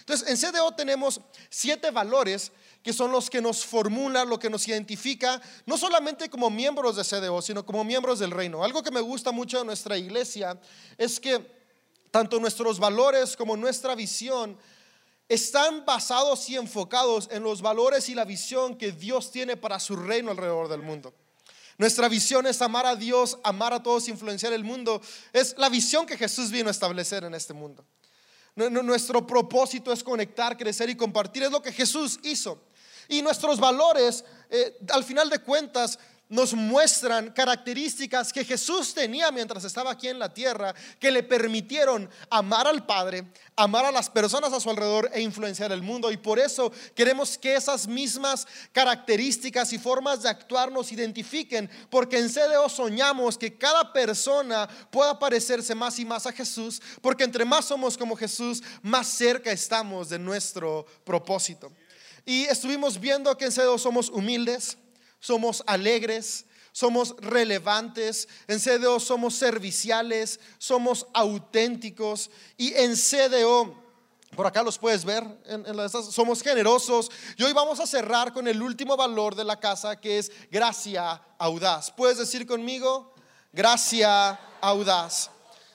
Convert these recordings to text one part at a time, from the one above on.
Entonces, en CDO tenemos 7 valores que son los que nos formulan, lo que nos identifica, no solamente como miembros de CDO, sino como miembros del reino. Algo que me gusta mucho de nuestra iglesia es que tanto nuestros valores como nuestra visión están basados y enfocados en los valores y la visión que Dios tiene para su reino alrededor del mundo. Nuestra visión es amar a Dios, amar a todos, influenciar el mundo. Es la visión que Jesús vino a establecer en este mundo. Nuestro propósito es conectar, crecer y compartir. Es lo que Jesús hizo. Y nuestros valores, al final de cuentas, nos muestran características que Jesús tenía mientras estaba aquí en la tierra, que le permitieron amar al Padre, amar a las personas a su alrededor e influenciar el mundo. Y por eso queremos que esas mismas características y formas de actuar nos identifiquen, porque en CDO soñamos que cada persona pueda parecerse más y más a Jesús, porque entre más somos como Jesús, más cerca estamos de nuestro propósito. Y estuvimos viendo que en CDO somos humildes, somos alegres, somos relevantes. En CDO somos serviciales, somos auténticos. Y en CDO, por acá los puedes ver, somos generosos. Y hoy vamos a cerrar con el último valor de la casa, que es gracia audaz. ¿Puedes decir conmigo? Gracia audaz.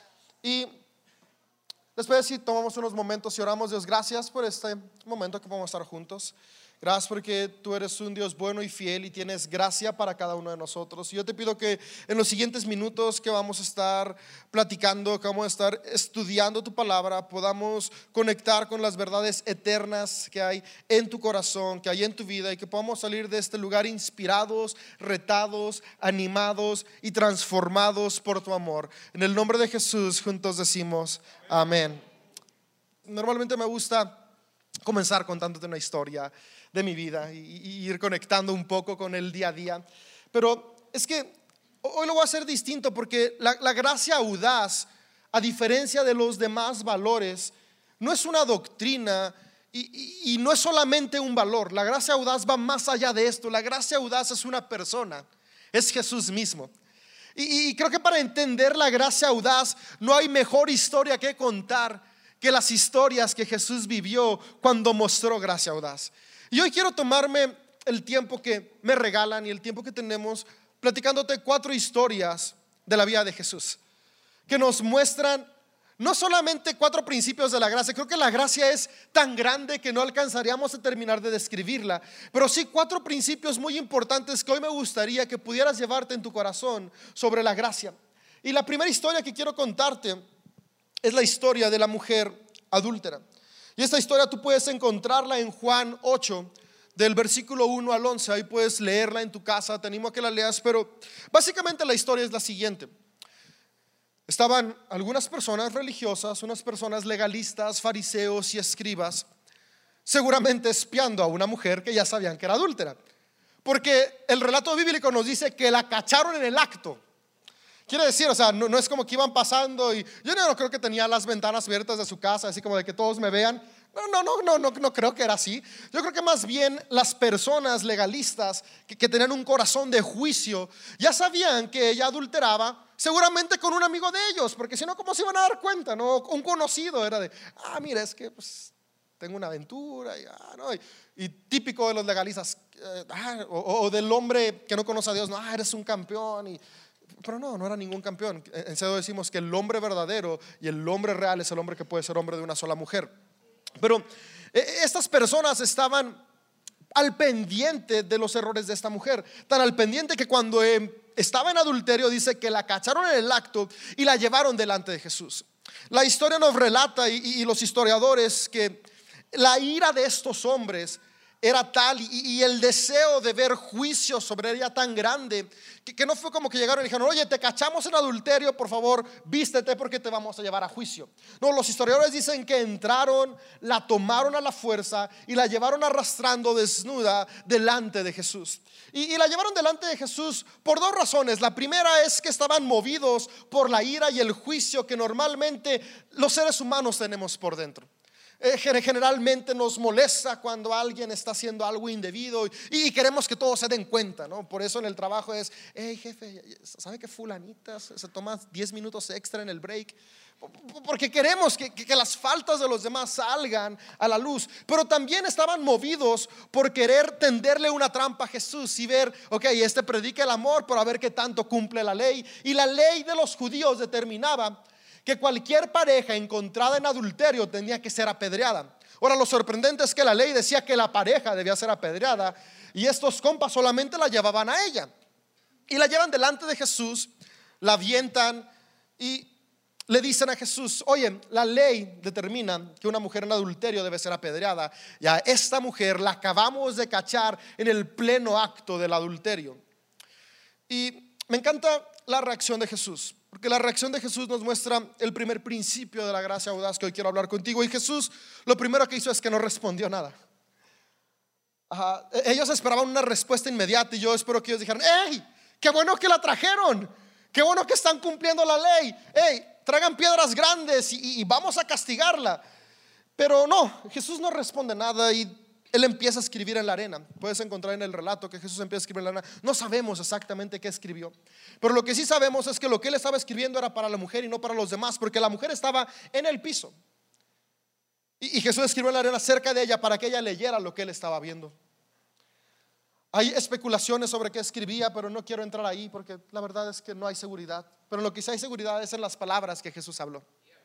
Y después, si tomamos unos momentos y oramos, Dios, gracias por este momento que podemos estar juntos. Gracias porque tú eres un Dios bueno y fiel y tienes gracia para cada uno de nosotros. Y yo te pido que en los siguientes minutos que vamos a estar platicando, que vamos a estar estudiando tu palabra, podamos conectar con las verdades eternas que hay en tu corazón, que hay en tu vida, y que podamos salir de este lugar inspirados, retados, animados y transformados por tu amor. En el nombre de Jesús juntos decimos amén. Normalmente me gusta comenzar contándote una historia de mi vida y ir conectando un poco con el día a día, pero es que hoy lo voy a hacer distinto, porque la gracia audaz, a diferencia de los demás valores, no es una doctrina y no es solamente un valor. La gracia audaz va más allá de esto. La gracia audaz es una persona, es Jesús mismo. Y creo que para entender la gracia audaz no hay mejor historia que contar que las historias que Jesús vivió cuando mostró gracia audaz. Y hoy quiero tomarme el tiempo que me regalan y el tiempo que tenemos platicándote 4 historias de la vida de Jesús, que nos muestran no solamente 4 principios de la gracia. Creo que la gracia es tan grande que no alcanzaríamos a terminar de describirla, pero sí 4 principios muy importantes que hoy me gustaría que pudieras llevarte en tu corazón sobre la gracia. Y la primera historia que quiero contarte es la historia de la mujer adúltera. Y esta historia tú puedes encontrarla en Juan 8, del versículo 1 al 11. Ahí puedes leerla en tu casa, te animo a que la leas. Pero básicamente la historia es la siguiente. Estaban algunas personas religiosas, unas personas legalistas, fariseos y escribas, seguramente espiando a una mujer que ya sabían que era adúltera, porque el relato bíblico nos dice que la cacharon en el acto. Quiere decir, o sea, no es como que iban pasando y yo no creo que tenía las ventanas abiertas de su casa, así como de que todos me vean. No creo que era así. Yo creo que más bien las personas legalistas que tenían un corazón de juicio ya sabían que ella adulteraba, seguramente con un amigo de ellos, porque si no, ¿cómo se iban a dar cuenta? No, un conocido era de, mira, es que pues tengo una aventura y típico de los legalistas, o del hombre que no conoce a Dios, eres un campeón. Pero no era ningún campeón. En CDO decimos que el hombre verdadero y el hombre real es el hombre que puede ser hombre de una sola mujer. Pero estas personas estaban al pendiente de los errores de esta mujer, tan al pendiente que cuando estaba en adulterio dice que la cacharon en el acto y la llevaron delante de Jesús. La historia nos relata y los historiadores que la ira de estos hombres era tal y el deseo de ver juicio sobre ella tan grande que no fue como que llegaron y dijeron, oye, te cachamos en adulterio, por favor vístete porque te vamos a llevar a juicio. No, los historiadores dicen que entraron, la tomaron a la fuerza y la llevaron arrastrando desnuda delante de Jesús. Y la llevaron delante de Jesús por 2 razones. La primera es que estaban movidos por la ira y el juicio que normalmente los seres humanos tenemos por dentro. Generalmente nos molesta cuando alguien está haciendo algo indebido y queremos que todos se den cuenta, ¿no? Por eso en el trabajo es, hey jefe, ¿sabe que fulanita se toma 10 minutos extra en el break? porque queremos que las faltas de los demás salgan a la luz, pero también estaban movidos por querer tenderle una trampa a Jesús y ver, ok, este predica el amor, pero a ver qué tanto cumple la ley. Y la ley de los judíos determinaba que cualquier pareja encontrada en adulterio tenía que ser apedreada. Ahora, lo sorprendente es que la ley decía que la pareja debía ser apedreada, y estos compas solamente la llevaban a ella. Y la llevan delante de Jesús, la avientan y le dicen a Jesús: oye, la ley determina que una mujer en adulterio debe ser apedreada, y a esta mujer la acabamos de cachar en el pleno acto del adulterio. Y me encanta la reacción de Jesús, porque la reacción de Jesús nos muestra el primer principio de la gracia audaz que hoy quiero hablar contigo. Y Jesús lo primero que hizo es que no respondió nada. Ellos esperaban una respuesta inmediata, y yo espero que ellos dijeran: ¡hey! ¡Qué bueno que la trajeron! ¡Qué bueno que están cumpliendo la ley! ¡Hey! Traigan piedras grandes y vamos a castigarla. Pero no, Jesús no responde nada, y él empieza a escribir en la arena. Puedes encontrar en el relato que Jesús empieza a escribir en la arena. No sabemos exactamente qué escribió, pero lo que sí sabemos es que lo que él estaba escribiendo era para la mujer y no para los demás, porque la mujer estaba en el piso, y Jesús escribió en la arena cerca de ella para que ella leyera lo que él estaba viendo. Hay especulaciones sobre qué escribía, pero no quiero entrar ahí porque la verdad es que no hay seguridad. Pero lo que sí hay seguridad es en las palabras que Jesús habló.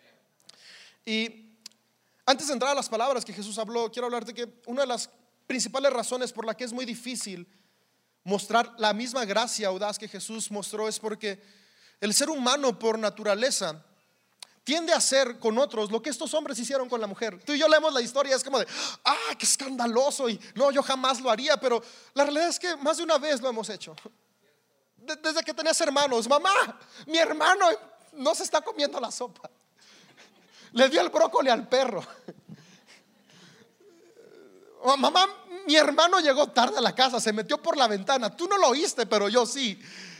Y antes de entrar a las palabras que Jesús habló, quiero hablarte que una de las principales razones por la que es muy difícil mostrar la misma gracia audaz que Jesús mostró es porque el ser humano por naturaleza tiende a hacer con otros lo que estos hombres hicieron con la mujer. Tú y yo leemos la historia, es como de: qué escandaloso, y no, yo jamás lo haría. Pero la realidad es que más de una vez lo hemos hecho. Desde que tenías hermanos: mamá, mi hermano no se está comiendo la sopa, le dio el brócoli al perro. Mamá, mi hermano llegó tarde a la casa, se metió por la ventana. Tú no lo oíste, pero yo sí.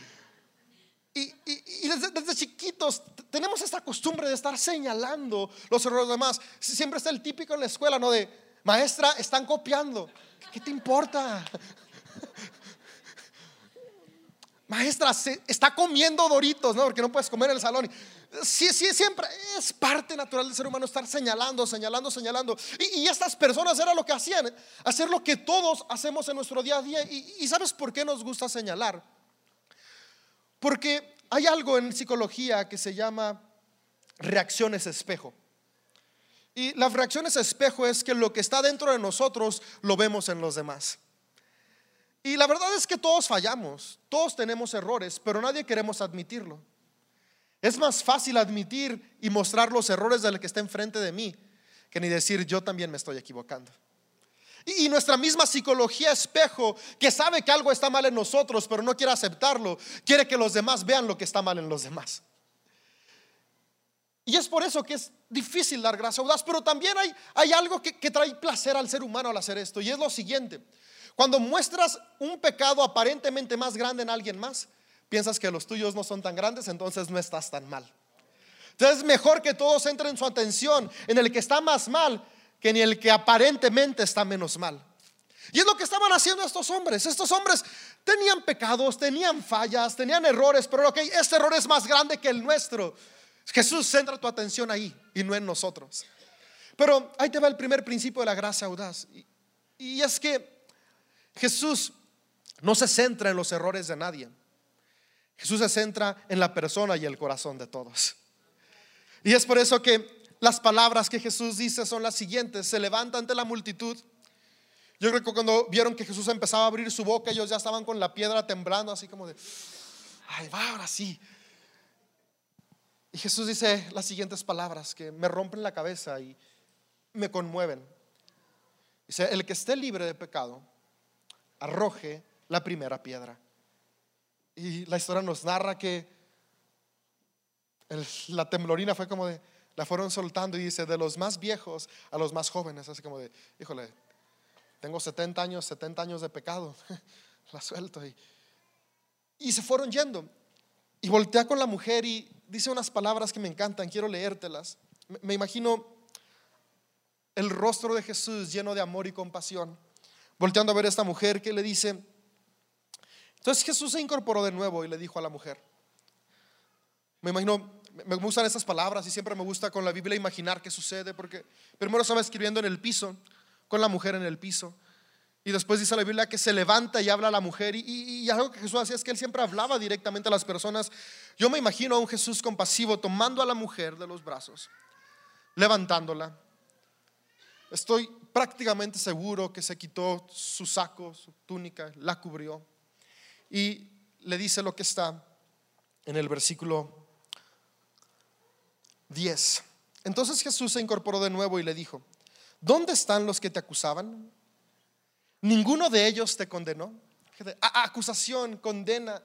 Y desde chiquitos tenemos esta costumbre de estar señalando los errores de los demás. Siempre está el típico en la escuela, ¿no? De: maestra, están copiando. ¿Qué te importa? Maestra, se está comiendo Doritos, ¿no? Porque no puedes comer en el salón. Sí, siempre es parte natural del ser humano estar señalando. Y estas personas era lo que hacían, hacer lo que todos hacemos en nuestro día a día. Y ¿sabes por qué nos gusta señalar? Porque hay algo en psicología que se llama reacciones espejo. Y las reacciones espejo es que lo que está dentro de nosotros lo vemos en los demás. Y la verdad es que todos fallamos, todos tenemos errores, pero nadie queremos admitirlo. Es más fácil admitir y mostrar los errores del que está enfrente de mí que ni decir: yo también me estoy equivocando. Y nuestra misma psicología espejo, que sabe que algo está mal en nosotros pero no quiere aceptarlo, quiere que los demás vean lo que está mal en los demás. Y es por eso que es difícil dar gracia audaz. Pero también hay algo que trae placer al ser humano al hacer esto, y es lo siguiente: cuando muestras un pecado aparentemente más grande en alguien más, piensas que los tuyos no son tan grandes, entonces no estás tan mal. Entonces es mejor que todos centren su atención en el que está más mal que en el que aparentemente está menos mal. Y es lo que estaban haciendo estos hombres. Estos hombres tenían pecados, tenían fallas, tenían errores, pero ok, este error es más grande que el nuestro. Jesús, centra tu atención ahí y no en nosotros. Pero ahí te va el primer principio de la gracia audaz, y es que Jesús no se centra en los errores de nadie. Jesús se centra en la persona y el corazón de todos. Y es por eso que las palabras que Jesús dice son las siguientes: se levanta ante la multitud. Yo creo que cuando vieron que Jesús empezaba a abrir su boca, ellos ya estaban con la piedra temblando, así como de: ay, va, ahora sí. Y Jesús dice las siguientes palabras que me rompen la cabeza y me conmueven. Dice: el que esté libre de pecado, arroje la primera piedra. Y la historia nos narra que la temblorina fue como de, la fueron soltando, y dice: de los más viejos a los más jóvenes, así como de: híjole, tengo 70 años de pecado. La suelto. Y se fueron yendo. Y voltea con la mujer y dice unas palabras que me encantan, quiero leértelas. Me imagino el rostro de Jesús lleno de amor y compasión, volteando a ver a esta mujer que le dice. Entonces Jesús se incorporó de nuevo y le dijo a la mujer, me imagino Me gustan estas palabras y siempre me gusta con la Biblia imaginar qué sucede, porque primero estaba escribiendo en el piso, con la mujer en el piso, y después dice la Biblia que se levanta y habla a la mujer, y algo que Jesús hacía es que él siempre hablaba directamente a las personas. Yo me imagino a un Jesús compasivo tomando a la mujer de los brazos, levantándola. Estoy prácticamente seguro que se quitó su saco, su túnica, la cubrió y le dice lo que está en el versículo 10. Entonces Jesús se incorporó de nuevo y le dijo: ¿dónde están los que te acusaban? ¿Ninguno de ellos te condenó? Acusación, condena,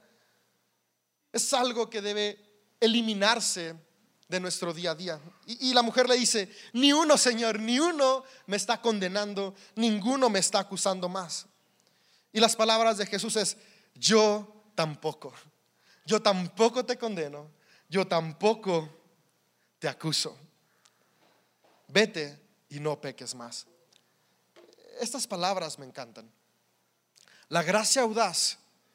es algo que debe eliminarse de nuestro día a día. Y la mujer le dice: ni uno, Señor, ni uno me está condenando, ninguno me está acusando más. Y las palabras de Jesús es: yo tampoco te condeno, yo tampoco te acuso. Vete y no peques más. Estas palabras me encantan. La gracia audaz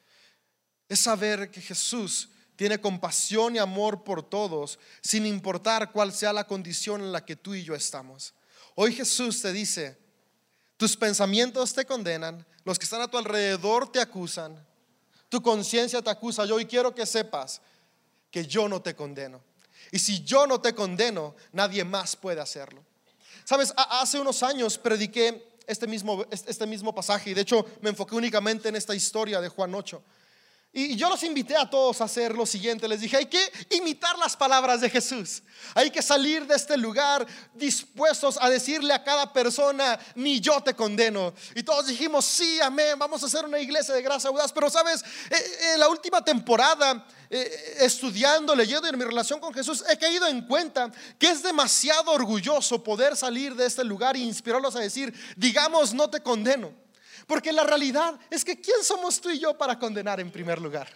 es saber que Jesús tiene compasión y amor por todos, sin importar cuál sea la condición en la que tú y yo estamos. Hoy Jesús te dice: tus pensamientos te condenan, los que están a tu alrededor te acusan, tu conciencia te acusa. Yo hoy quiero que sepas que yo no te condeno. Y si yo no te condeno, nadie más puede hacerlo. Sabes, hace unos años prediqué este mismo pasaje, y de hecho me enfoqué únicamente en esta historia de Juan 8. Y yo los invité a todos a hacer lo siguiente. Les dije: hay que imitar las palabras de Jesús. Hay que salir de este lugar dispuestos a decirle a cada persona: ni yo te condeno. Y todos dijimos: sí, amén, vamos a hacer una iglesia de gracia audaz. Pero sabes, en la última temporada, estudiando, leyendo en mi relación con Jesús, he caído en cuenta que es demasiado orgulloso poder salir de este lugar e inspirarlos a decir: digamos, no te condeno. Porque la realidad es que ¿quién somos tú y yo para condenar en primer lugar?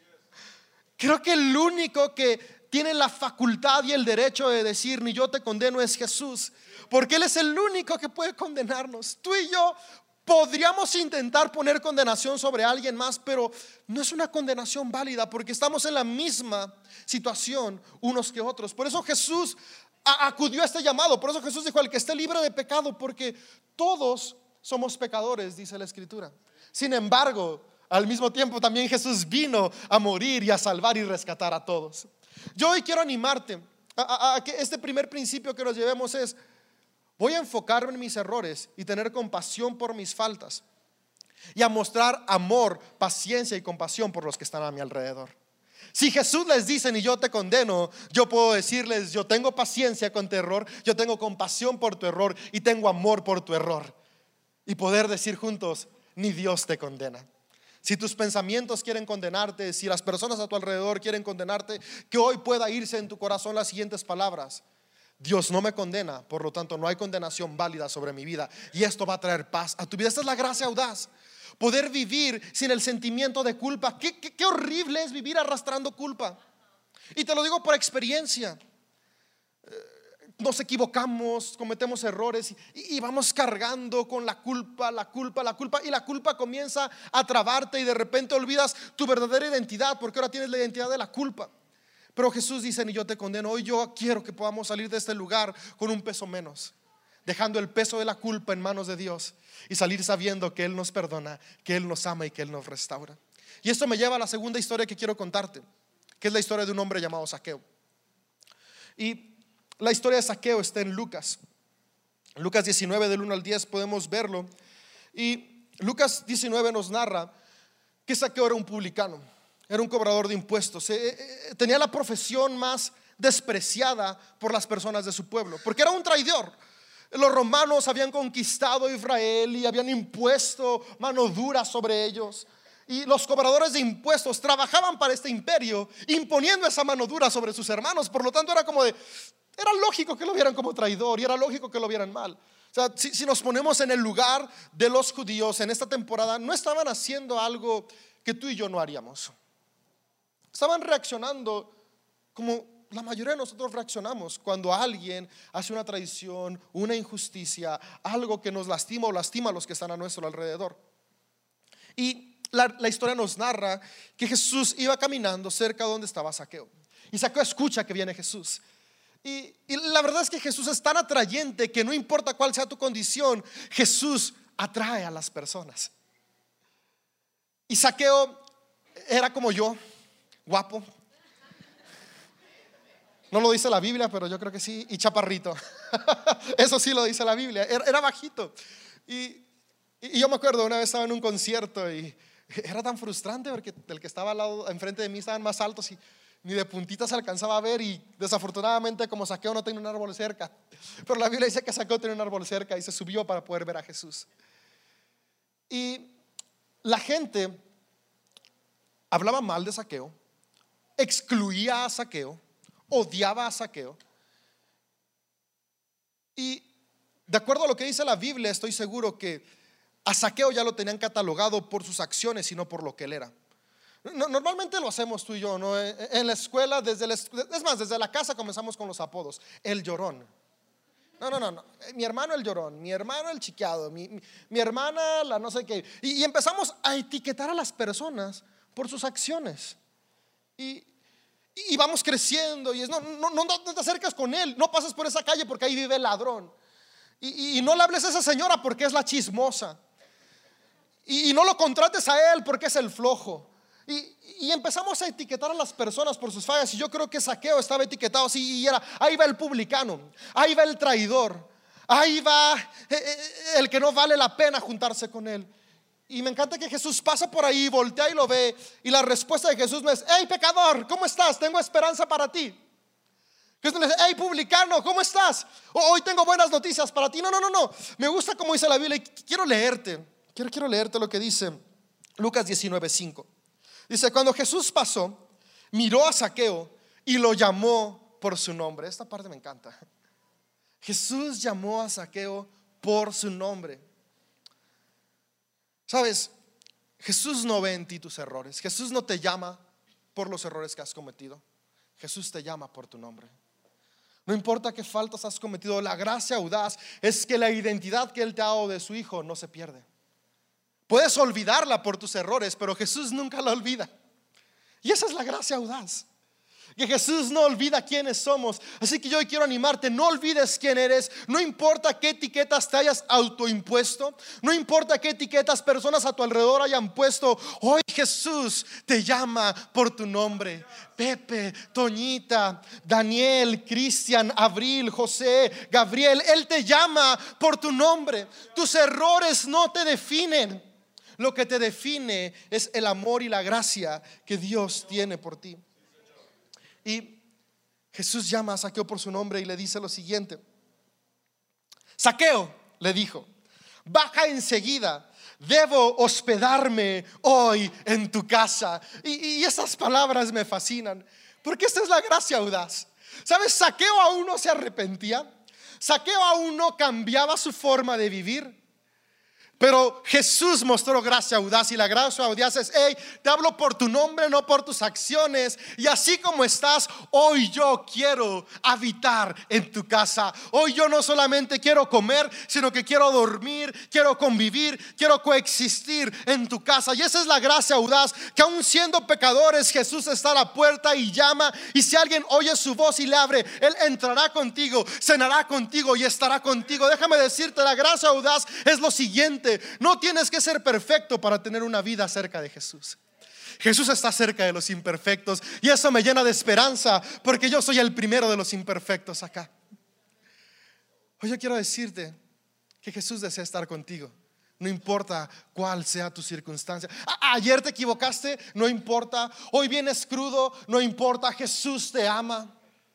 Creo que el único que tiene la facultad y el derecho de decir ni yo te condeno es Jesús, porque Él es el único que puede condenarnos. Tú y yo podríamos intentar poner condenación sobre alguien más, pero no es una condenación válida, porque estamos en la misma situación unos que otros. Por eso Jesús acudió a este llamado. Por eso Jesús dijo: el que esté libre de pecado, porque todos somos pecadores, dice la Escritura. Sin embargo, al mismo tiempo también Jesús vino a morir y a salvar y rescatar a todos. Yo hoy quiero animarte a que este primer principio que nos llevemos es: voy a enfocarme en mis errores y tener compasión por mis faltas, y a mostrar amor, paciencia y compasión por los que están a mi alrededor. Si Jesús les dice: ni yo te condeno, yo puedo decirles: yo tengo paciencia con tu error, yo tengo compasión por tu error y tengo amor por tu error. Y poder decir juntos: ni Dios te condena. Si tus pensamientos quieren condenarte, si las personas a tu alrededor quieren condenarte, que hoy pueda irse en tu corazón las siguientes palabras: Dios no me condena, por lo tanto no hay condenación válida sobre mi vida, y esto va a traer paz a tu vida. Esta es la gracia audaz. Poder vivir sin el sentimiento de culpa. Qué horrible es vivir arrastrando culpa. Y te lo digo por experiencia. Nos equivocamos, cometemos errores y vamos cargando con la culpa, y la culpa comienza a trabarte, y de repente olvidas tu verdadera identidad, porque ahora tienes la identidad de la culpa. Pero Jesús dice: ni yo te condeno. Hoy yo quiero que podamos salir de este lugar con un peso menos, dejando el peso de la culpa en manos de Dios, y salir sabiendo que Él nos perdona, que Él nos ama y que Él nos restaura. Y esto me lleva a la segunda historia que quiero contarte, que es la historia de un hombre llamado Zaqueo. Y la historia de Zaqueo está en Lucas 19 del 1 al 10, podemos verlo. Y Lucas 19 nos narra que Zaqueo era un publicano, era un cobrador de impuestos. Tenía la profesión más despreciada por las personas de su pueblo, porque era un traidor. Los romanos habían conquistado Israel y habían impuesto mano dura sobre ellos, y los cobradores de impuestos trabajaban para este imperio, imponiendo esa mano dura sobre sus hermanos. Por lo tanto era lógico que lo vieran como traidor, y era lógico que lo vieran mal. O sea, si nos ponemos en el lugar de los judíos en esta temporada, no estaban haciendo algo que tú y yo no haríamos. Estaban reaccionando como la mayoría de nosotros reaccionamos cuando alguien hace una traición, una injusticia, algo que nos lastima o lastima a los que están a nuestro alrededor. Y la historia nos narra que Jesús iba caminando cerca de donde estaba Zaqueo. Y Zaqueo escucha que viene Jesús. Y la verdad es que Jesús es tan atrayente que no importa cuál sea tu condición, Jesús atrae a las personas. Y Zaqueo era como yo, guapo. No lo dice la Biblia, pero yo creo que sí. Y chaparrito. Eso sí lo dice la Biblia. Era bajito. Y yo me acuerdo, una vez estaba en un concierto y era tan frustrante porque el que estaba al lado, enfrente de mí, estaban más altos y ni de puntitas se alcanzaba a ver. Y desafortunadamente, como Zaqueo no tenía un árbol cerca, pero la Biblia dice que Zaqueo tenía un árbol cerca y se subió para poder ver a Jesús. Y la gente hablaba mal de Zaqueo, excluía a Zaqueo, odiaba a Zaqueo. Y de acuerdo a lo que dice la Biblia, estoy seguro que a Zaqueo ya lo tenían catalogado por sus acciones y no por lo que él era. Normalmente lo hacemos tú y yo, ¿no? En la escuela, es más, desde la casa comenzamos con los apodos. El llorón. No. Mi hermano el llorón, mi hermano el chiqueado, mi hermana la no sé qué. Y empezamos a etiquetar a las personas por sus acciones. Y vamos creciendo. Y no te acercas con él, no pases por esa calle porque ahí vive el ladrón. Y no le hables a esa señora porque es la chismosa. Y no lo contrates a él porque es el flojo. Y empezamos a etiquetar a las personas por sus fallas. Y yo creo que Zaqueo estaba etiquetado así. Y era, ahí va el publicano, ahí va el traidor, ahí va el que no vale la pena juntarse con él. Y me encanta que Jesús pasa por ahí, voltea y lo ve. Y la respuesta de Jesús no es: hey pecador, ¿cómo estás? Tengo esperanza para ti. Jesús le dice: hey publicano, ¿cómo estás? Hoy tengo buenas noticias para ti. No. Me gusta como dice la Biblia. Quiero leerte lo que dice Lucas 19:5. Dice: cuando Jesús pasó, miró a Zaqueo y lo llamó por su nombre. Esta parte me encanta. Jesús llamó a Zaqueo por su nombre. Sabes, Jesús no ve en ti tus errores. Jesús no te llama por los errores que has cometido. Jesús te llama por tu nombre. No importa qué faltas has cometido, la gracia audaz es que la identidad que Él te ha dado de su Hijo no se pierde. Puedes olvidarla por tus errores, pero Jesús nunca la olvida. Y esa es la gracia audaz, que Jesús no olvida quiénes somos. Así que yo hoy quiero animarte: no olvides quién eres. No importa qué etiquetas te hayas autoimpuesto, no importa qué etiquetas personas a tu alrededor hayan puesto. Hoy Jesús te llama por tu nombre. Pepe, Toñita, Daniel, Cristian, Abril, José, Gabriel. Él te llama por tu nombre. Tus errores no te definen. Lo que te define es el amor y la gracia que Dios tiene por ti. Y Jesús llama a Zaqueo por su nombre y le dice lo siguiente: Zaqueo, le dijo, baja enseguida, debo hospedarme hoy en tu casa. Y esas palabras me fascinan, porque esta es la gracia audaz. ¿Sabes? Zaqueo aún no se arrepentía. Zaqueo aún no cambiaba su forma de vivir. Pero Jesús mostró gracia audaz, y la gracia audaz es: hey, te hablo por tu nombre, no por tus acciones. Y así como estás, hoy yo quiero habitar en tu casa. Hoy yo no solamente quiero comer, sino que quiero dormir, quiero convivir, quiero coexistir en tu casa. Y esa es la gracia audaz, que aún siendo pecadores, Jesús está a la puerta y llama. Y si alguien oye su voz y le abre, Él entrará contigo, cenará contigo y estará contigo. Déjame decirte, la gracia audaz es lo siguiente: no tienes que ser perfecto para tener una vida cerca de Jesús. Jesús está cerca de los imperfectos, y eso me llena de esperanza, porque yo soy el primero de los imperfectos acá. Hoy yo quiero decirte que Jesús desea estar contigo, no importa cuál sea tu circunstancia. Ayer te equivocaste, no importa. Hoy vienes crudo, no importa. Jesús te ama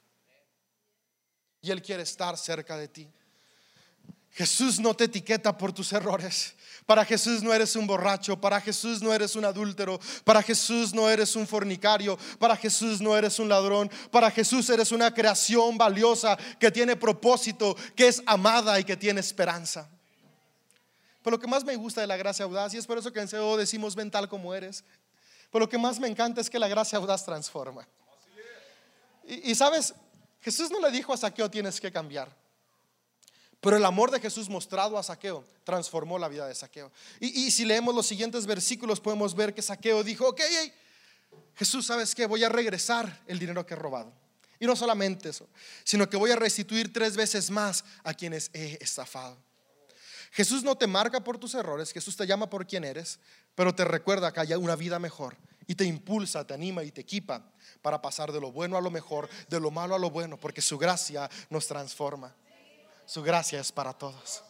y Él quiere estar cerca de ti. Jesús no te etiqueta por tus errores. Para Jesús no eres un borracho, para Jesús no eres un adúltero, para Jesús no eres un fornicario, para Jesús no eres un ladrón. Para Jesús eres una creación valiosa que tiene propósito, que es amada y que tiene esperanza. Pero lo que más me gusta de la gracia audaz, y es por eso que en CEO decimos: ven tal como eres, pero lo que más me encanta es que la gracia audaz transforma. Y sabes, Jesús no le dijo a Zaqueo: tienes que cambiar. Pero el amor de Jesús mostrado a Zaqueo transformó la vida de Zaqueo. Y si leemos los siguientes versículos, podemos ver que Zaqueo dijo: ok, Jesús, ¿sabes qué? Voy a regresar el dinero que he robado. Y no solamente eso, sino que voy a restituir 3 veces más a quienes he estafado. Jesús no te marca por tus errores, Jesús te llama por quien eres, pero te recuerda que hay una vida mejor y te impulsa, te anima y te equipa para pasar de lo bueno a lo mejor, de lo malo a lo bueno, porque su gracia nos transforma. Su gracia es para todos.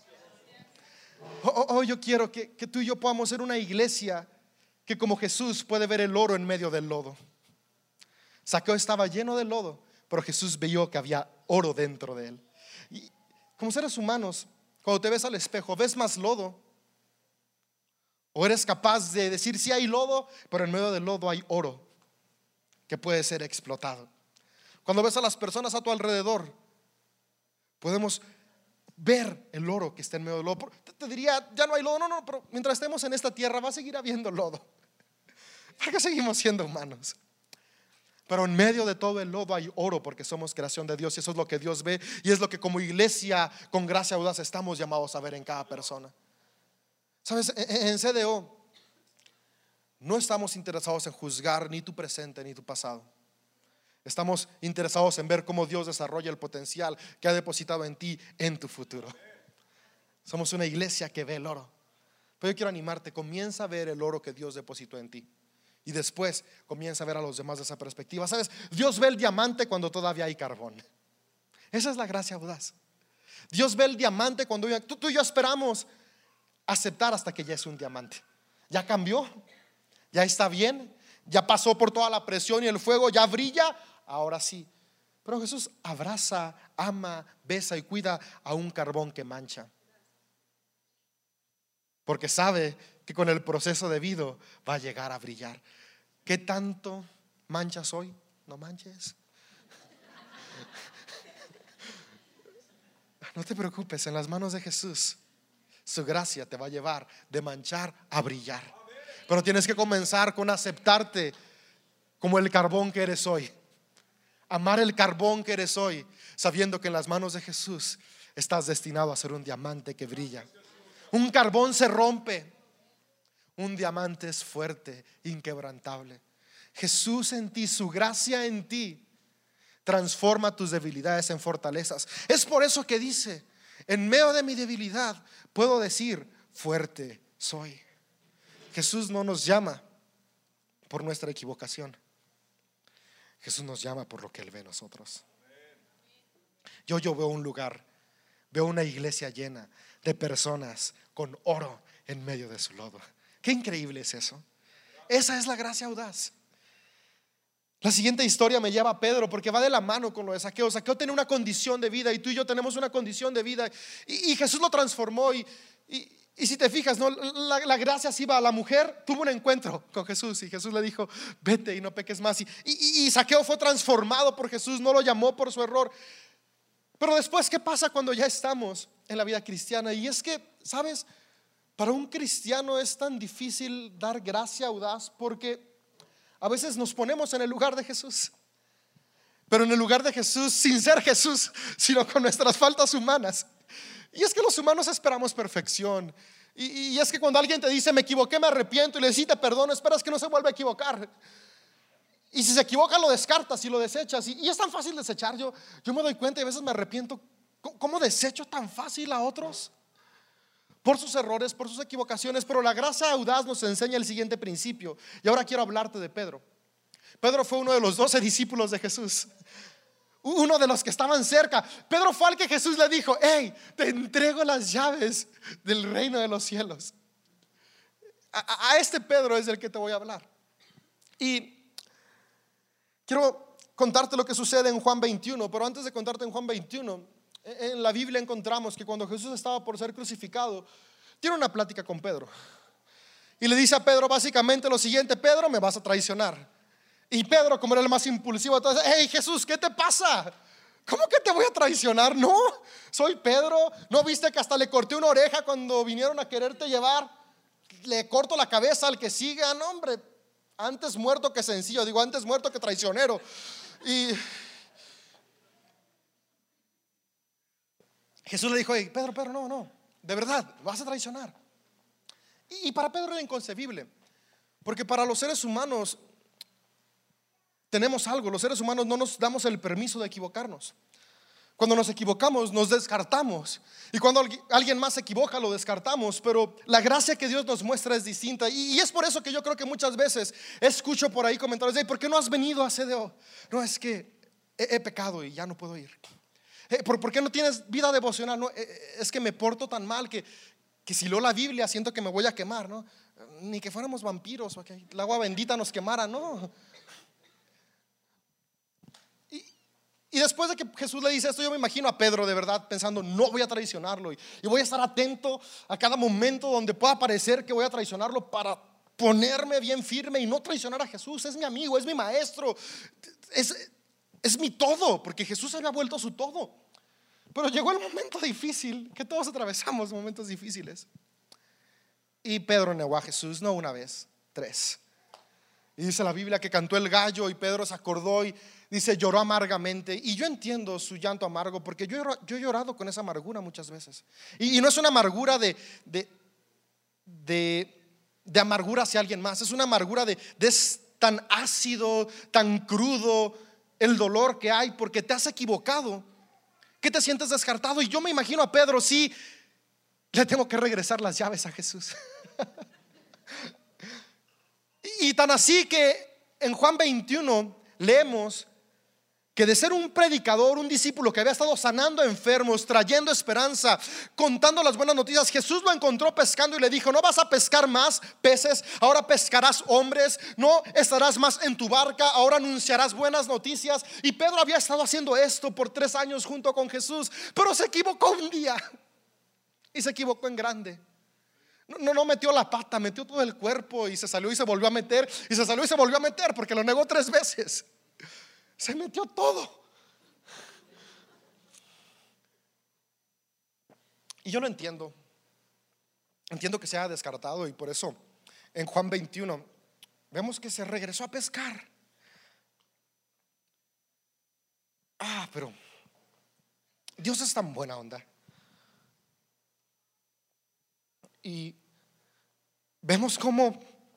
Yo quiero que tú y yo podamos ser una iglesia que, como Jesús, puede ver el oro en medio del lodo. Zaqueo estaba lleno de lodo, pero Jesús vio que había oro dentro de él. Y como seres humanos, cuando te ves al espejo, ¿ves más lodo? ¿O eres capaz de decir sí hay lodo, pero en medio del lodo hay oro que puede ser explotado? Cuando ves a las personas a tu alrededor, podemos ver el oro que está en medio del lodo. Te diría, ya no hay lodo. No, pero mientras estemos en esta tierra va a seguir habiendo lodo, porque seguimos siendo humanos. Pero en medio de todo el lodo hay oro, porque somos creación de Dios, y eso es lo que Dios ve, y es lo que como iglesia con gracia audaz estamos llamados a ver en cada persona. Sabes, en CDO no estamos interesados en juzgar ni tu presente ni tu pasado. Estamos interesados en ver cómo Dios desarrolla el potencial que ha depositado en ti, en tu futuro. Somos una iglesia que ve el oro. Pero yo quiero animarte, comienza a ver el oro que Dios depositó en ti, y después comienza a ver a los demás de esa perspectiva. ¿Sabes? Dios ve el diamante cuando todavía hay carbón. Esa es la gracia audaz. Dios ve el diamante cuando tú y yo esperamos aceptar hasta que ya es un diamante. Ya cambió, ya está bien, ya pasó por toda la presión y el fuego, ya brilla, ahora sí. Pero Jesús abraza, ama, besa y cuida a un carbón que mancha, porque sabe que con el proceso debido va a llegar a brillar. ¿Qué tanto manchas hoy? No manches. No te preocupes, en las manos de Jesús su gracia te va a llevar de manchar a brillar. Pero tienes que comenzar con aceptarte como el carbón que eres hoy. Amar el carbón que eres hoy, sabiendo que en las manos de Jesús estás destinado a ser un diamante que brilla. Un carbón se rompe, un diamante es fuerte, inquebrantable. Jesús en ti, su gracia en ti, transforma tus debilidades en fortalezas. Es por eso que dice: en medio de mi debilidad puedo decir, fuerte soy. Jesús no nos llama por nuestra equivocación, Jesús nos llama por lo que Él ve en nosotros. Yo veo un lugar, veo una iglesia llena de personas con oro en medio de su lodo. Qué increíble es eso. Esa es la gracia audaz. La siguiente historia me lleva a Pedro, porque va de la mano con lo de Zaqueo. Zaqueo tenía una condición de vida y tú y yo tenemos una condición de vida, y Jesús lo transformó. Y si te fijas, ¿no? La gracia sí va. La mujer tuvo un encuentro con Jesús y Jesús le dijo: vete y no peques más. Y Zaqueo fue transformado por Jesús, no lo llamó por su error. Pero después, ¿qué pasa cuando ya estamos en la vida cristiana? Y es que, ¿sabes? Para un cristiano es tan difícil dar gracia audaz, porque a veces nos ponemos en el lugar de Jesús, pero en el lugar de Jesús sin ser Jesús, sino con nuestras faltas humanas. Y es que los humanos esperamos perfección. Y es que cuando alguien te dice: me equivoqué, me arrepiento, y le dices: te perdono, esperas que no se vuelva a equivocar. Y si se equivoca, lo descartas y lo desechas. Y es tan fácil desechar. Yo me doy cuenta y a veces me arrepiento. ¿Cómo desecho tan fácil a otros? Por sus errores, por sus equivocaciones. Pero la gracia audaz nos enseña el siguiente principio. Y ahora quiero hablarte de Pedro. Pedro fue uno de los 12 discípulos de Jesús, uno de los que estaban cerca. Pedro fue al que Jesús le dijo: hey, te entrego las llaves del reino de los cielos. A este Pedro es del que te voy a hablar. Y quiero contarte lo que sucede en Juan 21. Pero antes de contarte en Juan 21, en la Biblia encontramos que cuando Jesús estaba por ser crucificado, tiene una plática con Pedro y le dice a Pedro básicamente lo siguiente: Pedro, me vas a traicionar. Y Pedro, como era el más impulsivo, entonces: hey Jesús, ¿qué te pasa? ¿Cómo que te voy a traicionar? No, soy Pedro. ¿No viste que hasta le corté una oreja cuando vinieron a quererte llevar? Le corto la cabeza al que siga. No, hombre, antes muerto que sencillo. Digo, antes muerto que traicionero. Y Jesús le dijo: hey, Pedro, no, de verdad, vas a traicionar. Y para Pedro era inconcebible, porque para los seres humanos tenemos algo, los seres humanos no nos damos el permiso de equivocarnos. Cuando nos equivocamos, nos descartamos. Y cuando alguien más se equivoca, lo descartamos. Pero la gracia que Dios nos muestra es distinta. Y es por eso que yo creo que muchas veces escucho por ahí comentarios de: ¿por qué no has venido a CDO? No, es que he pecado y ya no puedo ir. ¿Por qué no tienes vida devocional? No, es que me porto tan mal que si leo la Biblia siento que me voy a quemar, ¿no? Ni que fuéramos vampiros o que el agua bendita nos quemara, no. Y después de que Jesús le dice esto, yo me imagino a Pedro de verdad pensando: no voy a traicionarlo, y voy a estar atento a cada momento donde pueda parecer que voy a traicionarlo, para ponerme bien firme y no traicionar a Jesús. Es mi amigo, es mi maestro, es mi todo, porque Jesús había vuelto su todo. Pero llegó el momento difícil, que todos atravesamos momentos difíciles, y Pedro negó a Jesús no una vez, 3. Y dice la Biblia que cantó el gallo y Pedro se acordó y dice lloró amargamente. Y yo entiendo su llanto amargo, porque yo he llorado con esa amargura muchas veces. Y no es una amargura de amargura hacia alguien más. Es una amargura de es tan ácido, tan crudo el dolor que hay porque te has equivocado, que te sientes descartado. Y yo me imagino a Pedro: sí, le tengo que regresar las llaves a Jesús. Y tan así que en Juan 21 leemos que de ser un predicador, un discípulo que había estado sanando enfermos, trayendo esperanza, contando las buenas noticias, Jesús lo encontró pescando y le dijo: no vas a pescar más peces, ahora pescarás hombres. No estarás más en tu barca, ahora anunciarás buenas noticias. Y Pedro había estado haciendo esto por 3 años junto con Jesús, pero se equivocó un día, y se equivocó en grande. No metió la pata, metió todo el cuerpo, y se salió y se volvió a meter, y se salió y se volvió a meter, porque lo negó 3 veces. Se metió todo. Y yo no entiendo que se haya descartado. Y por eso en Juan 21 vemos que se regresó a pescar. Pero Dios es tan buena onda. Y vemos cómo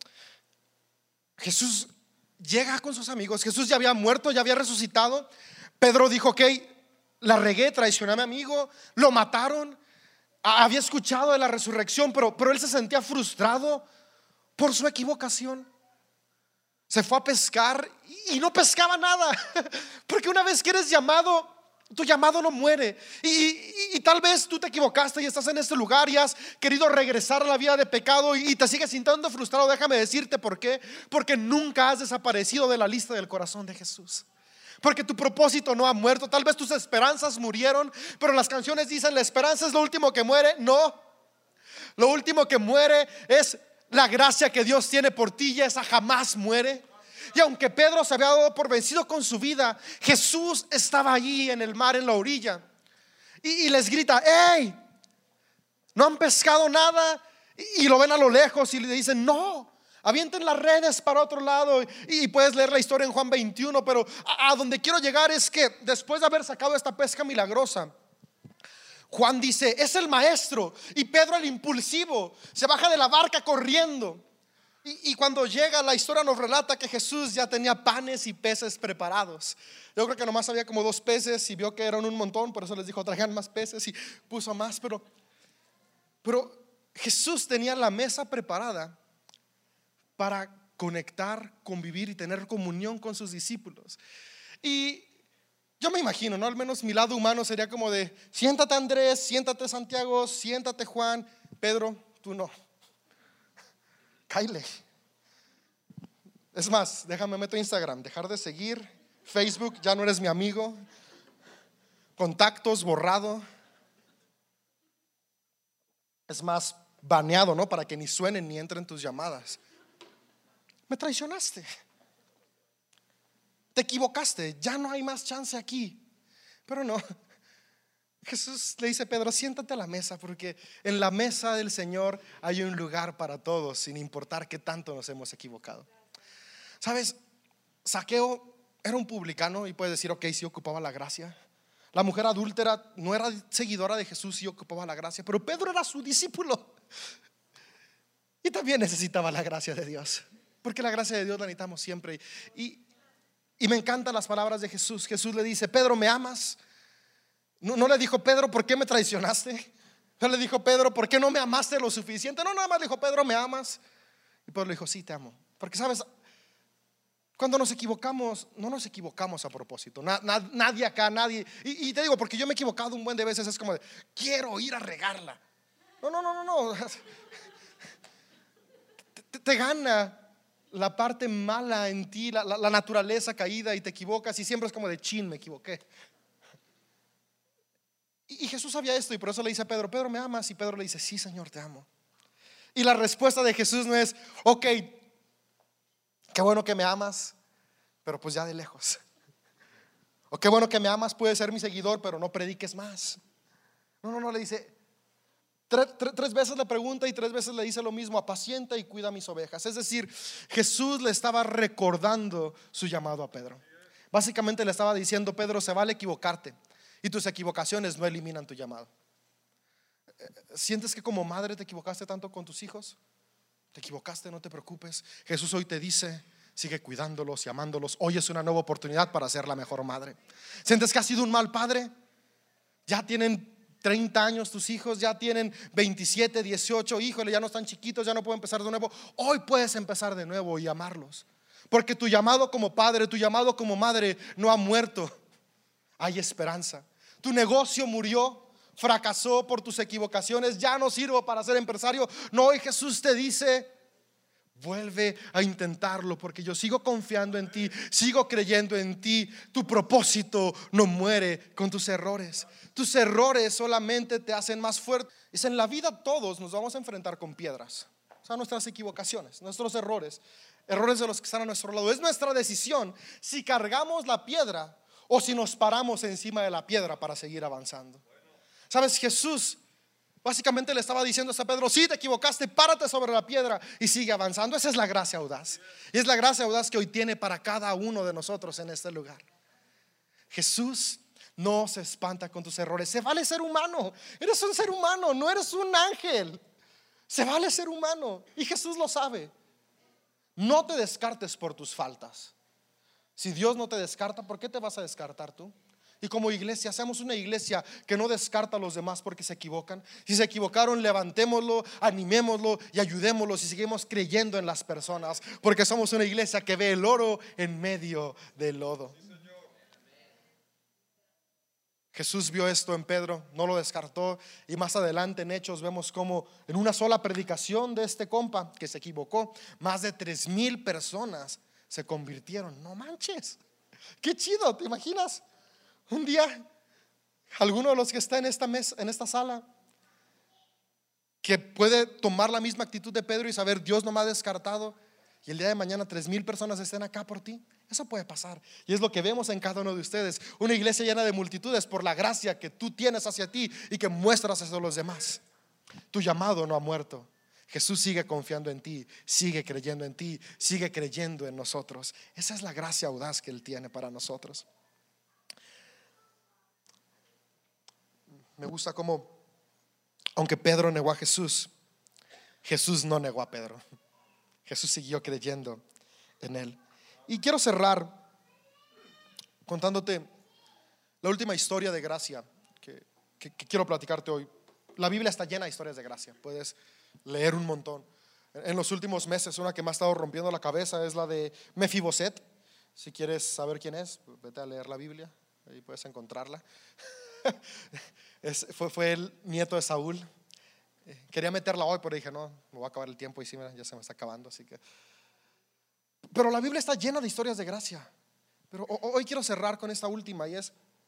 Jesús llega con sus amigos. Jesús ya había muerto, ya había resucitado. Pedro dijo: ok, la regué, traicioné a mi amigo, lo mataron. Había escuchado de la resurrección, pero él se sentía frustrado por su equivocación. Se fue a pescar y no pescaba nada. Porque una vez que eres llamado, tu llamado no muere. Y tal vez tú te equivocaste y estás en este lugar y has querido regresar a la vida de pecado y te sigues sintiendo frustrado. Déjame decirte por qué. Porque nunca has desaparecido de la lista del corazón de Jesús. Porque tu propósito no ha muerto. Tal vez tus esperanzas murieron, pero las canciones dicen: la esperanza es lo último que muere. No, lo último que muere es la gracia que Dios tiene por ti, y esa jamás muere. Y aunque Pedro se había dado por vencido con su vida, Jesús estaba allí en el mar, en la orilla, y les grita: ¡hey! ¿No han pescado nada? Y lo ven a lo lejos y le dicen: no, avienten las redes para otro lado. Y puedes leer la historia en Juan 21. Pero a donde quiero llegar es que después de haber sacado esta pesca milagrosa, Juan dice: es el maestro. Y Pedro, el impulsivo, se baja de la barca corriendo. Y cuando llega, la historia nos relata que Jesús ya tenía panes y peces preparados. Yo creo que nomás había como 2 peces y vio que eran un montón, por eso les dijo: traigan más peces, y puso más. Pero Jesús tenía la mesa preparada para conectar, convivir y tener comunión con sus discípulos. Y yo me imagino, ¿no? Al menos mi lado humano sería como de: siéntate Andrés, siéntate Santiago, siéntate Juan. Pedro, tú no. Kyle. Es más, déjame meto Instagram, dejar de seguir. Facebook, ya no eres mi amigo. Contactos, borrado. Es más, baneado, ¿no? Para que ni suenen ni entren tus llamadas. Me traicionaste, te equivocaste, ya no hay más chance aquí. Pero no, Jesús le dice a Pedro: siéntate a la mesa, porque en la mesa del Señor hay un lugar para todos, sin importar qué tanto nos hemos equivocado. ¿Sabes? Zaqueo era un publicano y puedes decir: ok, sí ocupaba la gracia. La mujer adúltera no era seguidora de Jesús y ocupaba la gracia, pero Pedro era su discípulo y también necesitaba la gracia de Dios, porque la gracia de Dios la necesitamos siempre. Y Y me encantan las palabras de Jesús. Jesús le dice: Pedro, ¿me amas? No le dijo: Pedro, ¿por qué me traicionaste? No le dijo: Pedro, ¿por qué no me amaste lo suficiente? No, nada más le dijo: Pedro, ¿me amas? Y Pedro le dijo: sí, te amo. Porque sabes, cuando nos equivocamos, no nos equivocamos a propósito. Nadie acá, nadie. Y te digo, porque yo me he equivocado un buen de veces. Es como de, quiero ir a regarla. No. Te gana la parte mala en ti, la naturaleza caída, y te equivocas y siempre es como de, chin, me equivoqué. Y Jesús sabía esto, y por eso le dice a Pedro: Pedro, ¿me amas? Y Pedro le dice: sí, Señor, te amo. Y la respuesta de Jesús no es: ok, qué bueno que me amas, pero pues ya de lejos. O qué bueno que me amas, puedes ser mi seguidor, pero no prediques más. No, le dice, tres veces le pregunta y 3 veces le dice lo mismo: apacienta y cuida mis ovejas. Es decir, Jesús le estaba recordando su llamado a Pedro. Básicamente le estaba diciendo: Pedro, se vale equivocarte, y tus equivocaciones no eliminan tu llamado. ¿Sientes que como madre te equivocaste tanto con tus hijos? Te equivocaste, no te preocupes. Jesús hoy te dice: sigue cuidándolos y amándolos. Hoy es una nueva oportunidad para ser la mejor madre. ¿Sientes que has sido un mal padre? Ya tienen 30 años tus hijos, ya tienen 27, 18. Híjole, ya no están chiquitos, ya no pueden empezar de nuevo. Hoy puedes empezar de nuevo y amarlos, porque tu llamado como padre, tu llamado como madre no ha muerto. Hay esperanza. Tu negocio murió, fracasó por tus equivocaciones, ya no sirvo para ser empresario. No, hoy Jesús te dice: vuelve a intentarlo, porque yo sigo confiando en ti, sigo creyendo en ti. Tu propósito no muere con tus errores. Tus errores solamente te hacen más fuerte. Es en la vida todos nos vamos a enfrentar con piedras, o sea, nuestras equivocaciones, nuestros errores de los que están a nuestro lado. Es nuestra decisión si cargamos la piedra o si nos paramos encima de la piedra para seguir avanzando. Sabes, Jesús básicamente le estaba diciendo a Pedro: sí, te equivocaste, párate sobre la piedra y sigue avanzando. Esa es la gracia audaz. Y es la gracia audaz que hoy tiene para cada uno de nosotros en este lugar. Jesús no se espanta con tus errores. Se vale ser humano. Eres un ser humano, no eres un ángel. Se vale ser humano, y Jesús lo sabe. No te descartes por tus faltas. Si Dios no te descarta, ¿por qué te vas a descartar tú? Y como iglesia, seamos una iglesia que no descarta a los demás porque se equivocan. Si se equivocaron, levantémoslo, animémoslo y ayudémoslos, y seguimos creyendo en las personas, porque somos una iglesia que ve el oro en medio del lodo. Jesús vio esto en Pedro, no lo descartó, y más adelante en Hechos vemos cómo en una sola predicación de este compa que se equivocó, más de 3,000 personas se convirtieron. No manches, qué chido. ¿Te imaginas un día alguno de los que está en esta mesa, en esta sala, que puede tomar la misma actitud de Pedro y saber: Dios no me ha descartado, y el día de mañana 3,000 personas estén acá por ti? Eso puede pasar, y es lo que vemos en cada uno de ustedes. Una iglesia llena de multitudes por la gracia que tú tienes hacia ti y que muestras hacia los demás. Tu llamado no ha muerto. Jesús sigue confiando en ti, sigue creyendo en ti, sigue creyendo en nosotros. Esa es la gracia audaz que Él tiene para nosotros. Me gusta cómo, aunque Pedro negó a Jesús, Jesús no negó a Pedro. Jesús siguió creyendo en él. Y quiero cerrar contándote la última historia de gracia que quiero platicarte hoy. La Biblia está llena de historias de gracia, puedes leer un montón. En los últimos meses, una que me ha estado rompiendo la cabeza es la de Mefiboset. Si quieres saber quién es, vete a leer la Biblia, ahí puedes encontrarla. Fue el nieto de Saúl. Quería meterla hoy, pero dije: no, me va a acabar el tiempo, y sí, mira, ya se me está acabando, así que. Pero la Biblia está llena de historias de gracia. Pero hoy quiero cerrar con esta última, y es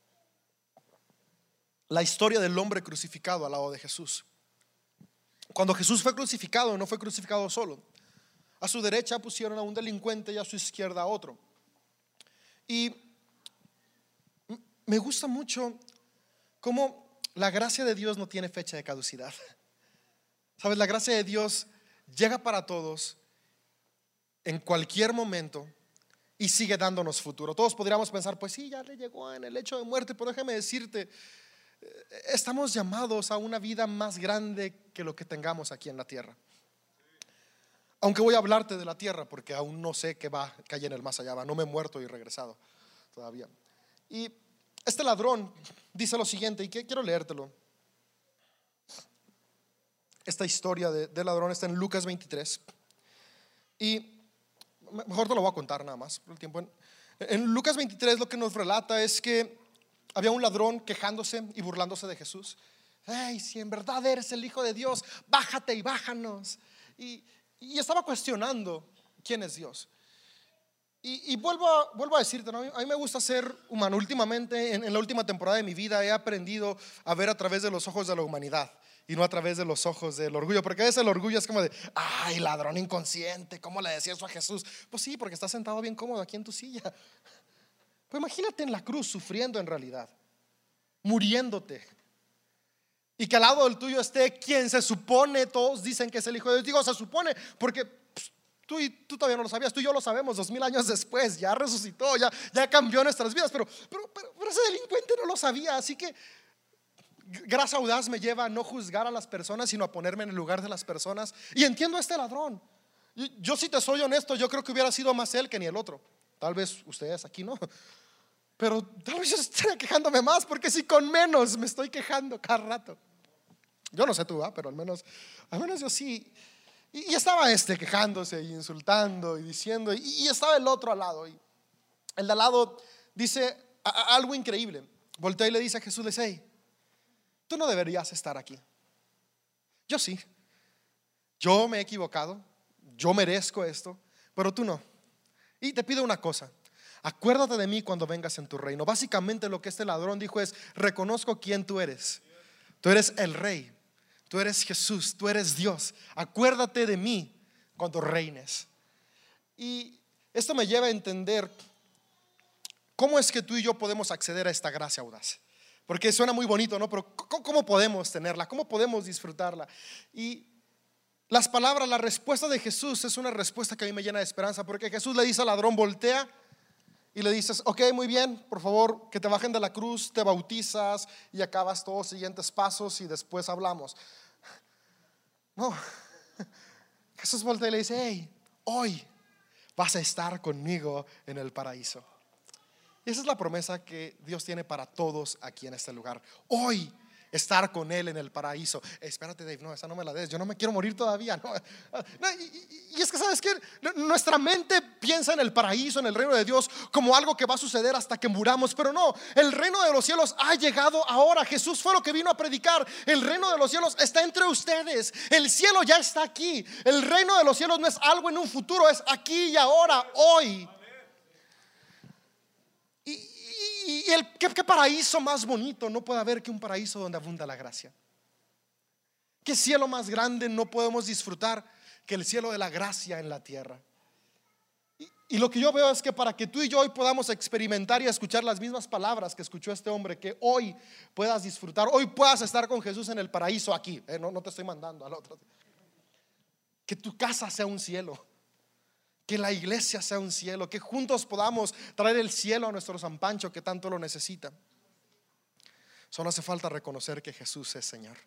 la historia del hombre crucificado al lado de Jesús. Cuando Jesús fue crucificado, no fue crucificado solo. A su derecha pusieron a un delincuente y a su izquierda a otro. Y me gusta mucho cómo la gracia de Dios no tiene fecha de caducidad. Sabes, la gracia de Dios llega para todos en cualquier momento y sigue dándonos futuro. Todos podríamos pensar: pues sí, ya le llegó en el hecho de muerte, pero déjame decirte, estamos llamados a una vida más grande que lo que tengamos aquí en la tierra. Aunque voy a hablarte de la tierra, porque aún no sé qué va, que hay en el más allá, no me he muerto y regresado todavía. Y este ladrón dice lo siguiente, y quiero leértelo. Esta historia del ladrón está en Lucas 23. Y mejor te lo voy a contar nada más por el tiempo. En Lucas 23 lo que nos relata es que había un ladrón quejándose y burlándose de Jesús. Hey, si en verdad eres el Hijo de Dios, bájate y bájanos. Y estaba cuestionando quién es Dios. Y vuelvo a decirte, ¿no? A mí me gusta ser humano. Últimamente, en la última temporada de mi vida, he aprendido a ver a través de los ojos de la humanidad y no a través de los ojos del orgullo. Porque a veces el orgullo es como de, ay, ladrón inconsciente, ¿cómo le decía eso a Jesús? Pues sí, porque estás sentado bien cómodo aquí en tu silla. Pues imagínate en la cruz sufriendo en realidad, muriéndote, y que al lado del tuyo esté quien se supone, todos dicen que es el Hijo de Dios. Digo, se supone, porque tú todavía no lo sabías, tú y yo lo sabemos 2000 años después, ya resucitó, ya cambió nuestras vidas, pero ese delincuente no lo sabía. Así que gracia audaz me lleva a no juzgar a las personas, sino a ponerme en el lugar de las personas. Y entiendo a este ladrón. Yo, si te soy honesto, yo creo que hubiera sido más él que ni el otro. Tal vez ustedes aquí no, pero tal vez yo estaría quejándome más, porque si con menos me estoy quejando cada rato. Yo no sé tú, pero al menos yo sí. Y estaba quejándose y insultando y diciendo, y estaba el otro al lado. Y el de al lado dice algo increíble. Voltea y le dice a Jesús, le dice, hey, tú no deberías estar aquí. Yo sí. Yo me he equivocado, yo merezco esto, pero tú no. Y te pido una cosa, acuérdate de mí cuando vengas en tu reino. Básicamente lo que este ladrón dijo es, reconozco quién tú eres. Tú eres el rey, tú eres Jesús, tú eres Dios. Acuérdate de mí cuando reines. Y esto me lleva a entender cómo es que tú y yo podemos acceder a esta gracia audaz. Porque suena muy bonito, ¿no? Pero ¿cómo podemos tenerla? ¿Cómo podemos disfrutarla? Y las palabras, la respuesta de Jesús es una respuesta que a mí me llena de esperanza, porque Jesús le dice al ladrón, voltea y le dices, ok, muy bien, por favor, que te bajen de la cruz, te bautizas y acabas todos los siguientes pasos y después hablamos. No, Jesús voltea y le dice, hey, hoy vas a estar conmigo en el paraíso. Y esa es la promesa que Dios tiene para todos aquí en este lugar. Hoy estar con Él en el paraíso. Espérate, Dave, no, esa no me la des, yo no me quiero morir todavía, no. Y es que sabes que nuestra mente piensa en el paraíso, en el reino de Dios, como algo que va a suceder hasta que muramos, pero no, el reino de los cielos ha llegado ahora. Jesús fue lo que vino a predicar. El reino de los cielos está entre ustedes, el cielo ya está aquí. El reino de los cielos no es algo en un futuro, es aquí y ahora, hoy. Y ¿qué paraíso más bonito no puede haber que un paraíso donde abunda la gracia? ¿Qué cielo más grande no podemos disfrutar que el cielo de la gracia en la tierra? Y lo que yo veo es que para que tú y yo hoy podamos experimentar y escuchar las mismas palabras que escuchó este hombre, que hoy puedas disfrutar, hoy puedas estar con Jesús en el paraíso aquí, no te estoy mandando al otro. Que tu casa sea un cielo, que la iglesia sea un cielo, que juntos podamos traer el cielo a nuestro San Pancho que tanto lo necesita. Solo hace falta reconocer que Jesús es Señor.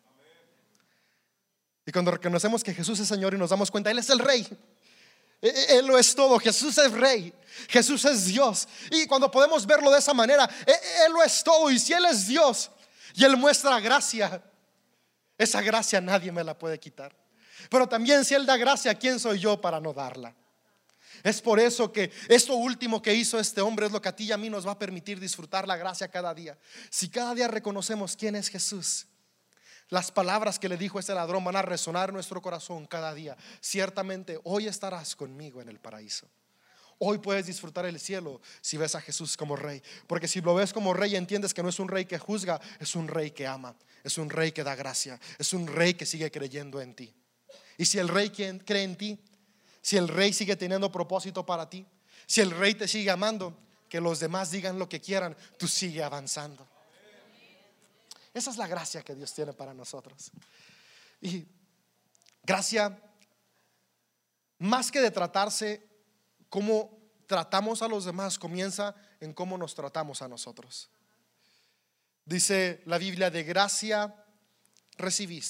Y cuando reconocemos que Jesús es Señor y nos damos cuenta, Él es el Rey, Él lo es todo, Jesús es Rey, Jesús es Dios. Y cuando podemos verlo de esa manera, Él lo es todo. Y si Él es Dios y Él muestra gracia, esa gracia nadie me la puede quitar. Pero también si Él da gracia, ¿quién soy yo para no darla? Es por eso que esto último que hizo este hombre es lo que a ti y a mí nos va a permitir disfrutar la gracia cada día. Si cada día reconocemos quién es Jesús, las palabras que le dijo ese ladrón van a resonar en nuestro corazón cada día. Ciertamente hoy estarás conmigo en el paraíso. Hoy puedes disfrutar el cielo si ves a Jesús como Rey. Porque si lo ves como Rey, entiendes que no es un Rey que juzga, es un Rey que ama, es un Rey que da gracia, es un Rey que sigue creyendo en ti. Y si el Rey cree en ti, si el Rey sigue teniendo propósito para ti, si el Rey te sigue amando, que los demás digan lo que quieran, tú sigue avanzando. Esa es la gracia que Dios tiene para nosotros. Y gracia, más que de tratarse cómo tratamos a los demás, comienza en cómo nos tratamos a nosotros. Dice la Biblia, de gracia recibiste,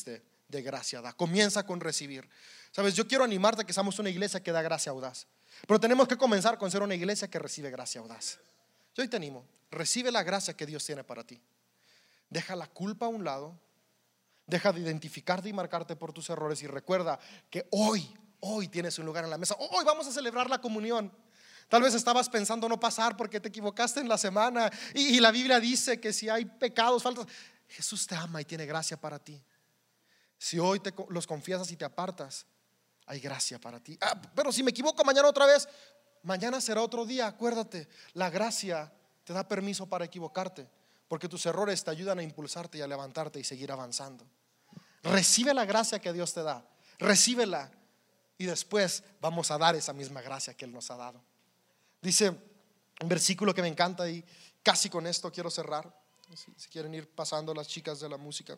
de gracia da. Comienza con recibir. Sabes, yo quiero animarte a que seamos una iglesia que da gracia audaz, pero tenemos que comenzar con ser una iglesia que recibe gracia audaz. Yo hoy te animo, recibe la gracia que Dios tiene para ti. Deja la culpa a un lado, deja de identificarte y marcarte por tus errores, y recuerda que hoy tienes un lugar en la mesa. Hoy vamos a celebrar la comunión. Tal vez estabas pensando no pasar porque te equivocaste en la semana, y la Biblia dice que si hay pecados, faltas, Jesús te ama y tiene gracia para ti. Si hoy los confiesas y te apartas, hay gracia para ti. Pero si me equivoco mañana otra vez, mañana será otro día. Acuérdate, la gracia te da permiso para equivocarte, porque tus errores te ayudan a impulsarte y a levantarte y seguir avanzando. Recibe la gracia que Dios te da, recíbela, y después vamos a dar esa misma gracia que Él nos ha dado. Dice un versículo que me encanta, y casi con esto quiero cerrar, si quieren ir pasando las chicas de la música.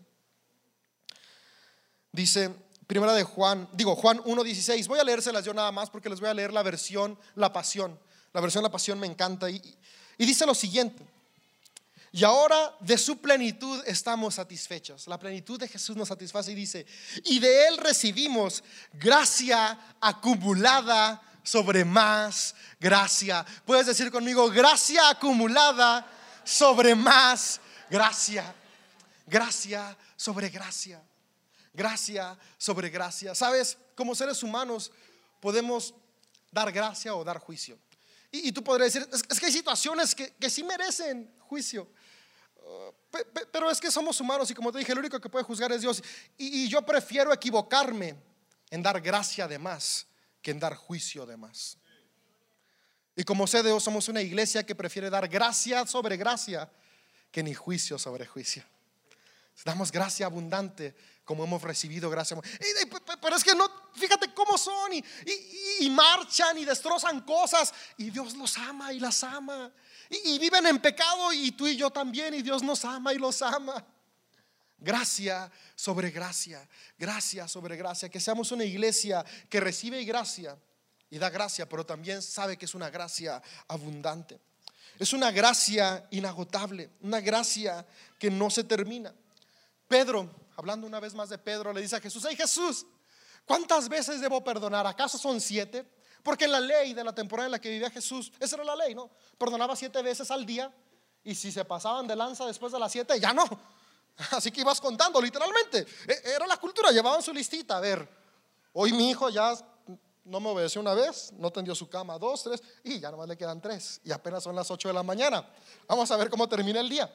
Dice primera de Juan 1:16. Voy a leérselas yo nada más, porque les voy a leer la versión La Pasión. La versión La Pasión me encanta, y dice lo siguiente: y ahora de su plenitud estamos satisfechos. La plenitud de Jesús nos satisface, y dice: y de Él recibimos gracia acumulada sobre más gracia. Puedes decir conmigo: gracia acumulada sobre más gracia. Gracia sobre gracia. Gracia sobre gracia. Sabes, como seres humanos podemos dar gracia o dar juicio. Y tú podrías decir: es que hay situaciones que sí merecen juicio. Pero es que somos humanos, y como te dije, el único que puede juzgar es Dios. Y yo prefiero equivocarme en dar gracia de más que en dar juicio de más. Y como CDO somos una iglesia que prefiere dar gracia sobre gracia que ni juicio sobre juicio. Damos gracia abundante como hemos recibido gracia. Pero es que no, fíjate cómo son, y marchan y destrozan cosas, y Dios los ama y las ama, y viven en pecado, y tú y yo también, y Dios nos ama y los ama. Gracia sobre gracia, gracia sobre gracia. Que seamos una iglesia que recibe gracia y da gracia, pero también sabe que es una gracia abundante. Es una gracia inagotable, una gracia que no se termina. Pedro, hablando una vez más de Pedro, le dice a Jesús: hey Jesús, ¿cuántas veces debo perdonar? ¿Acaso son 7? Porque en la ley de la temporada en la que vivía Jesús, esa era la ley, ¿no? Perdonaba 7 veces al día, y si se pasaban de lanza después de las 7, ya no. Así que ibas contando literalmente. Era la cultura, llevaban su listita. A ver, hoy mi hijo ya no me obedeció una vez, no tendió su cama 2, 3, y ya nomás le quedan 3, y apenas son las 8 de la mañana. Vamos a ver cómo termina el día.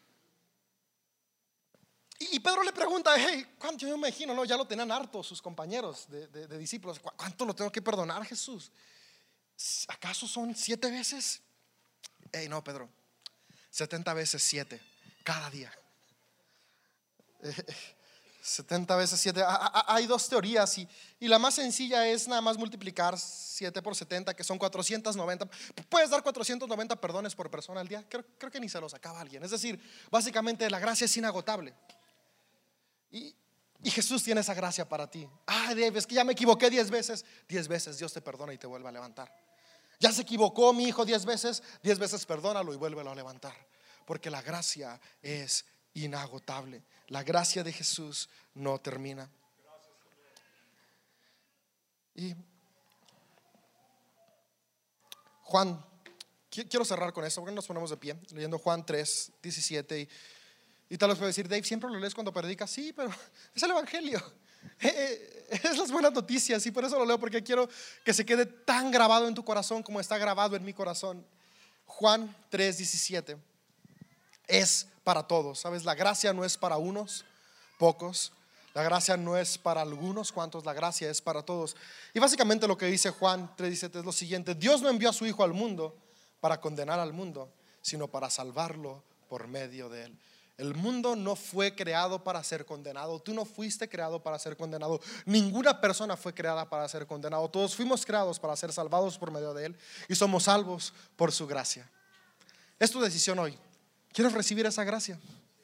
Y Pedro le pregunta: hey, ¿cuánto? Yo me imagino, ¿no? Ya lo tenían harto sus compañeros de discípulos. ¿Cuánto lo tengo que perdonar, Jesús? ¿Acaso son 7 veces? Hey, no, Pedro, 70 veces 7 cada día. 70 veces 7. Hay 2 teorías, y la más sencilla es nada más multiplicar 7 por 70, que son 490. Puedes dar 490 perdones por persona al día. Creo que ni se los acaba alguien. Es decir, básicamente la gracia es inagotable. Y Jesús tiene esa gracia para ti. Dave, es que ya me equivoqué 10 veces. 10 veces Dios te perdona y te vuelve a levantar. Ya se equivocó mi hijo 10 veces. 10 veces perdónalo y vuélvelo a levantar. Porque la gracia es inagotable. La gracia de Jesús no termina. Y Juan, quiero cerrar con esto, porque nos ponemos de pie leyendo Juan 3:17. Y tal vez puede decir: Dave, siempre lo lees cuando predicas. Sí, pero es el evangelio, es las buenas noticias, y por eso lo leo, porque quiero que se quede tan grabado en tu corazón como está grabado en mi corazón. Juan 3:17 es para todos. Sabes, la gracia no es para unos pocos, la gracia no es para algunos cuantos, la gracia es para todos. Y básicamente lo que dice Juan 3:17 es lo siguiente: Dios no envió a su Hijo al mundo para condenar al mundo, sino para salvarlo por medio de él. El mundo no fue creado para ser condenado. Tú no fuiste creado para ser condenado. Ninguna persona fue creada para ser condenado. Todos fuimos creados para ser salvados por medio de él, y somos salvos por su gracia. Es tu decisión hoy. ¿Quieres recibir esa gracia?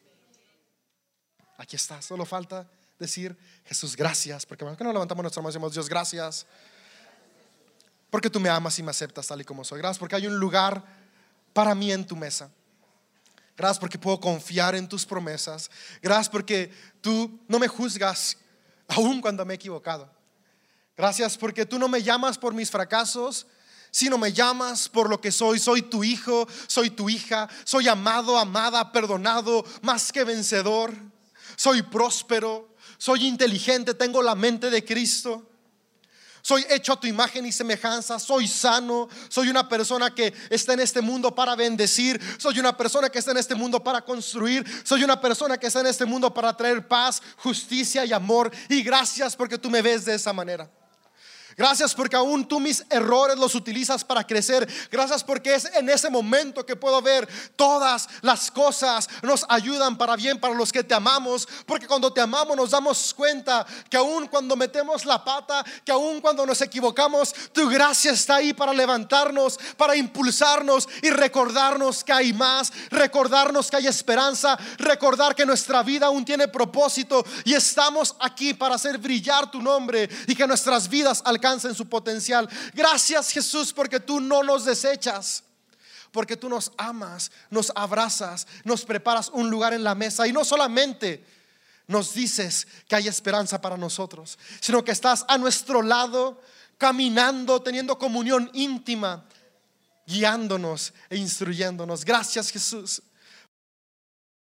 Aquí está. Solo falta decir: Jesús, gracias. Porque ¿por qué no levantamos nuestra mano y decimos: Dios, gracias, porque tú me amas y me aceptas tal y como soy. Gracias porque hay un lugar para mí en tu mesa. Gracias porque puedo confiar en tus promesas. Gracias porque tú no me juzgas aun cuando me he equivocado. Gracias porque tú no me llamas por mis fracasos, sino me llamas por lo que soy. Soy tu hijo, soy tu hija, soy amado, amada, perdonado, más que vencedor. Soy próspero, soy inteligente, tengo la mente de Cristo. Soy hecho a tu imagen y semejanza, soy sano, soy una persona que está en este mundo para bendecir, soy una persona que está en este mundo para construir, soy una persona que está en este mundo para traer paz, justicia y amor. Y gracias porque tú me ves de esa manera. Gracias porque aún tú mis errores los utilizas para crecer. Gracias porque es en ese momento que puedo ver todas las cosas nos ayudan para bien para los que te amamos. Porque cuando te amamos nos damos cuenta que aún cuando metemos la pata, que aún cuando nos equivocamos, tu gracia está ahí para levantarnos, para impulsarnos y recordarnos que hay más, recordarnos que hay esperanza, recordar que nuestra vida aún tiene propósito y estamos aquí para hacer brillar tu nombre y que nuestras vidas alcancen en su potencial. Gracias, Jesús, porque tú no nos desechas, porque tú nos amas, nos abrazas, nos preparas un lugar en la mesa y no solamente nos dices que hay esperanza para nosotros, sino que estás a nuestro lado, caminando, teniendo comunión íntima, guiándonos e instruyéndonos. Gracias, Jesús.